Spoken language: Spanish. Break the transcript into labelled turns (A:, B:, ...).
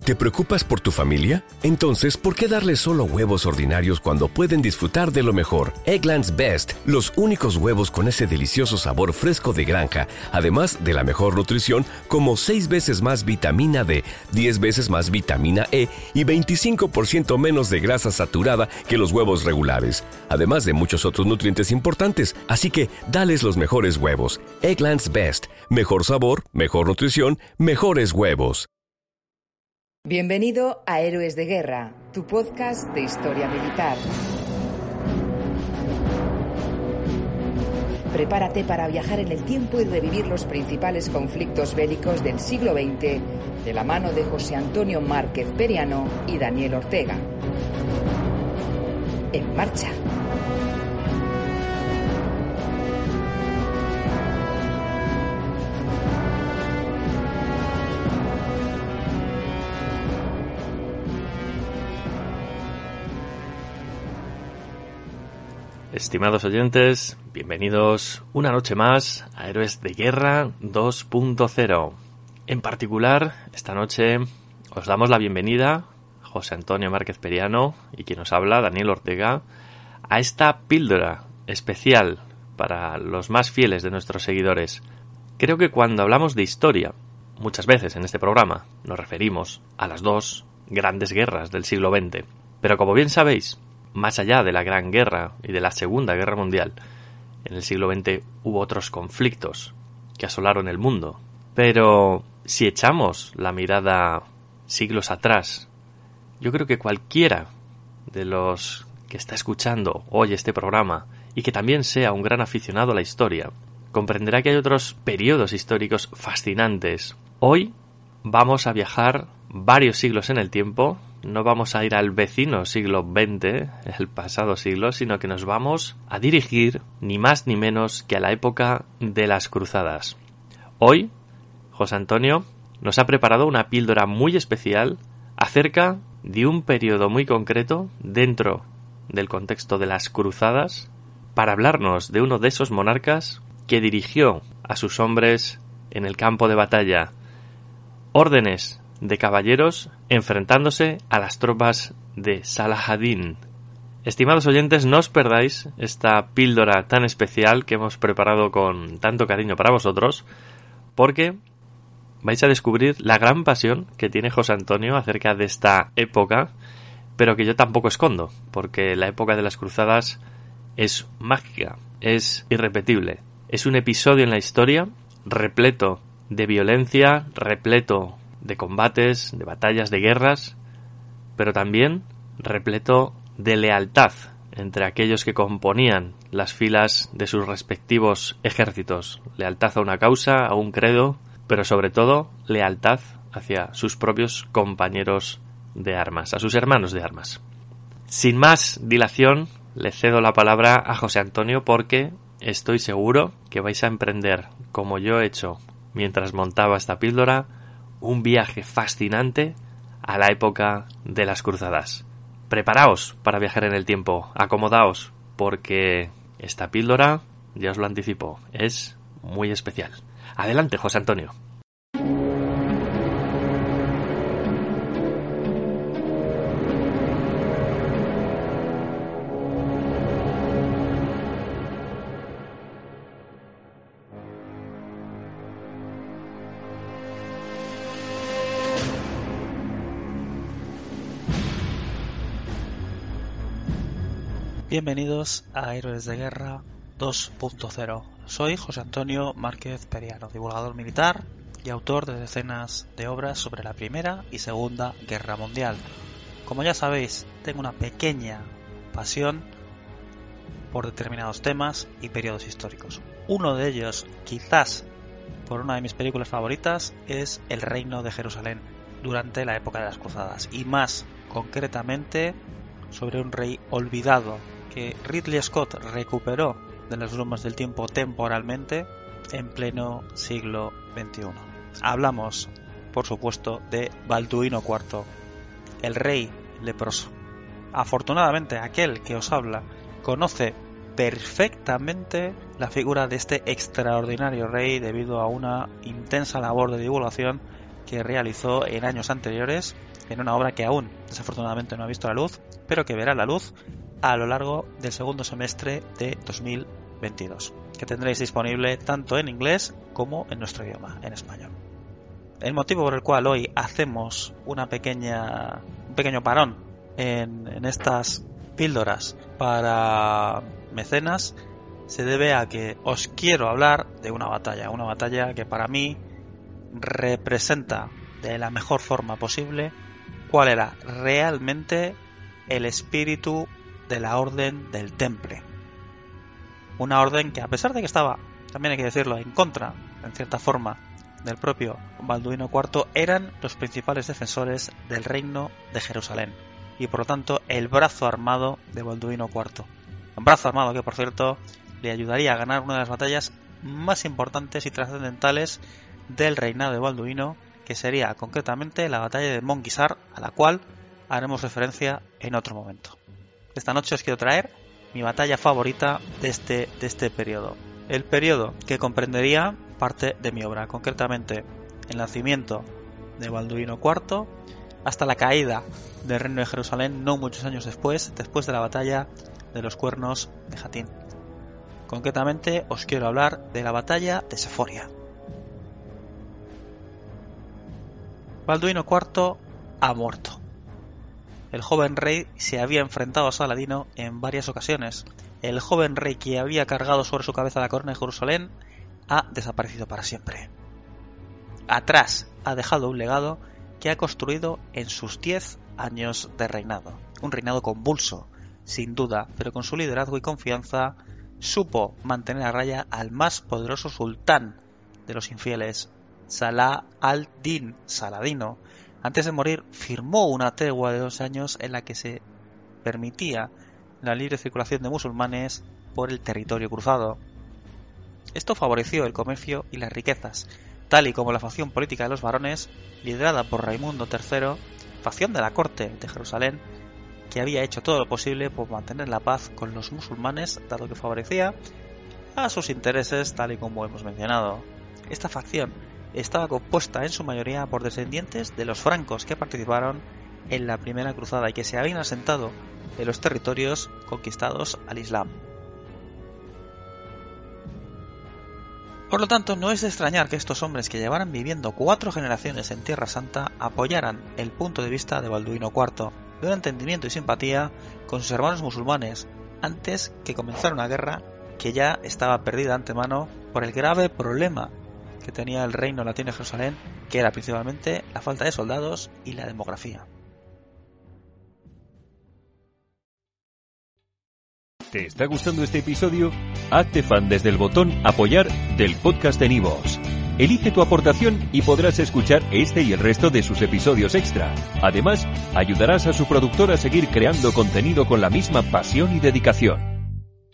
A: ¿Te preocupas por tu familia? Entonces, ¿por qué darles solo huevos ordinarios cuando pueden disfrutar de lo mejor? Eggland's Best, los únicos huevos con ese delicioso sabor fresco de granja, además de la mejor nutrición, como 6 veces más vitamina D, 10 veces más vitamina E y 25% menos de grasa saturada que los huevos regulares, además de muchos otros nutrientes importantes. Así que, dales los mejores huevos. Eggland's Best, mejor sabor, mejor nutrición, mejores huevos.
B: Bienvenido a Héroes de Guerra, tu podcast de historia militar. Prepárate para viajar en el tiempo y revivir los principales conflictos bélicos del siglo XX de la mano de José Antonio Márquez Periano y Daniel Ortega. ¡En marcha!
C: Estimados oyentes, bienvenidos una noche más a Héroes de Guerra 2.0. En particular, esta noche os damos la bienvenida, José Antonio Márquez Periano y quien nos habla, Daniel Ortega, a esta píldora especial para los más fieles de nuestros seguidores. Creo que cuando hablamos de historia, muchas veces en este programa nos referimos a las dos grandes guerras del siglo XX. Pero como bien sabéis, más allá de la Gran Guerra y de la Segunda Guerra Mundial, en el siglo XX hubo otros conflictos que asolaron el mundo. Pero si echamos la mirada siglos atrás, yo creo que cualquiera de los que está escuchando hoy este programa y que también sea un gran aficionado a la historia, comprenderá que hay otros periodos históricos fascinantes. Hoy vamos a viajar varios siglos en el tiempo. No vamos a ir al vecino siglo XX, el pasado siglo, sino que nos vamos a dirigir ni más ni menos que a la época de las cruzadas. Hoy, José Antonio nos ha preparado una píldora muy especial acerca de un periodo muy concreto dentro del contexto de las cruzadas para hablarnos de uno de esos monarcas que dirigió a sus hombres en el campo de batalla. Órdenes de caballeros enfrentándose a las tropas de Salah ad-Din. Estimados oyentes, no os perdáis esta píldora tan especial que hemos preparado con tanto cariño para vosotros, porque vais a descubrir la gran pasión que tiene José Antonio acerca de esta época, pero que yo tampoco escondo, porque la época de las cruzadas es mágica, es irrepetible, es un episodio en la historia repleto de violencia, repleto de combates, de batallas, de guerras, pero también repleto de lealtad entre aquellos que componían las filas de sus respectivos ejércitos. Lealtad a una causa, a un credo, pero sobre todo lealtad hacia sus propios compañeros de armas, a sus hermanos de armas. Sin más dilación, le cedo la palabra a José Antonio porque estoy seguro que vais a emprender, como yo he hecho mientras montaba esta píldora, un viaje fascinante a la época de las cruzadas. Preparaos para viajar en el tiempo, acomodaos, porque esta píldora, ya os lo anticipo, es muy especial. Adelante, José Antonio.
D: Bienvenidos a Héroes de Guerra 2.0. Soy José Antonio Márquez Periano, divulgador militar y autor de decenas de obras sobre la Primera y Segunda Guerra Mundial. Como ya sabéis, tengo una pequeña pasión por determinados temas y periodos históricos. Uno de ellos, quizás por una de mis películas favoritas, es El Reino de Jerusalén durante la época de las Cruzadas, y más concretamente sobre un rey olvidado que Ridley Scott recuperó de las brumas del tiempo temporalmente en pleno siglo XXI. Hablamos, por supuesto, de Balduino IV, el rey leproso. Afortunadamente, aquel que os habla conoce perfectamente la figura de este extraordinario rey debido a una intensa labor de divulgación que realizó en años anteriores en una obra que aún desafortunadamente no ha visto la luz, pero que verá la luz a lo largo del segundo semestre de 2022, que tendréis disponible tanto en inglés como en nuestro idioma, en español. El motivo por el cual hoy hacemos un pequeño parón en estas píldoras para mecenas se debe a que os quiero hablar de una batalla que para mí representa de la mejor forma posible cuál era realmente el espíritu de la Orden del Temple. Una orden que, a pesar de que estaba, también hay que decirlo, en contra, en cierta forma, del propio Balduino IV, eran los principales defensores del reino de Jerusalén y por lo tanto el brazo armado de Balduino IV. Un brazo armado que, por cierto, le ayudaría a ganar una de las batallas más importantes y trascendentales del reinado de Balduino, que sería concretamente la batalla de Mongisar, a la cual haremos referencia en otro momento. Esta noche os quiero traer mi batalla favorita de este periodo. El periodo que comprendería parte de mi obra, concretamente el nacimiento de Balduino IV hasta la caída del reino de Jerusalén no muchos años después de la batalla de los cuernos de Jatín. Concretamente os quiero hablar de la batalla de Seforia. Balduino IV ha muerto. El joven rey se había enfrentado a Saladino en varias ocasiones. El joven rey que había cargado sobre su cabeza la corona de Jerusalén ha desaparecido para siempre. Atrás ha dejado un legado que ha construido en sus 10 años de reinado. Un reinado convulso, sin duda, pero con su liderazgo y confianza supo mantener a raya al más poderoso sultán de los infieles, Salah al-Din, Saladino. Antes de morir firmó una tregua de 2 años en la que se permitía la libre circulación de musulmanes por el territorio cruzado. Esto favoreció el comercio y las riquezas, tal y como la facción política de los varones, liderada por Raimundo III, facción de la corte de Jerusalén, que había hecho todo lo posible por mantener la paz con los musulmanes, dado que favorecía a sus intereses, tal y como hemos mencionado. Esta facción estaba compuesta en su mayoría por descendientes de los francos que participaron en la primera cruzada y que se habían asentado en los territorios conquistados al Islam. Por lo tanto, no es de extrañar que estos hombres, que llevaran viviendo 4 generaciones en Tierra Santa, apoyaran el punto de vista de Balduino IV, de un entendimiento y simpatía con sus hermanos musulmanes, antes que comenzara una guerra que ya estaba perdida de antemano por el grave problema que tenía el reino latino de Jerusalén, que era principalmente la falta de soldados y la demografía.
E: ¿Te está gustando este episodio? Hazte fan desde el botón Apoyar del podcast de Nivos. Elige tu aportación y podrás escuchar este y el resto de sus episodios extra. Además, ayudarás a su productor a seguir creando contenido con la misma pasión y dedicación.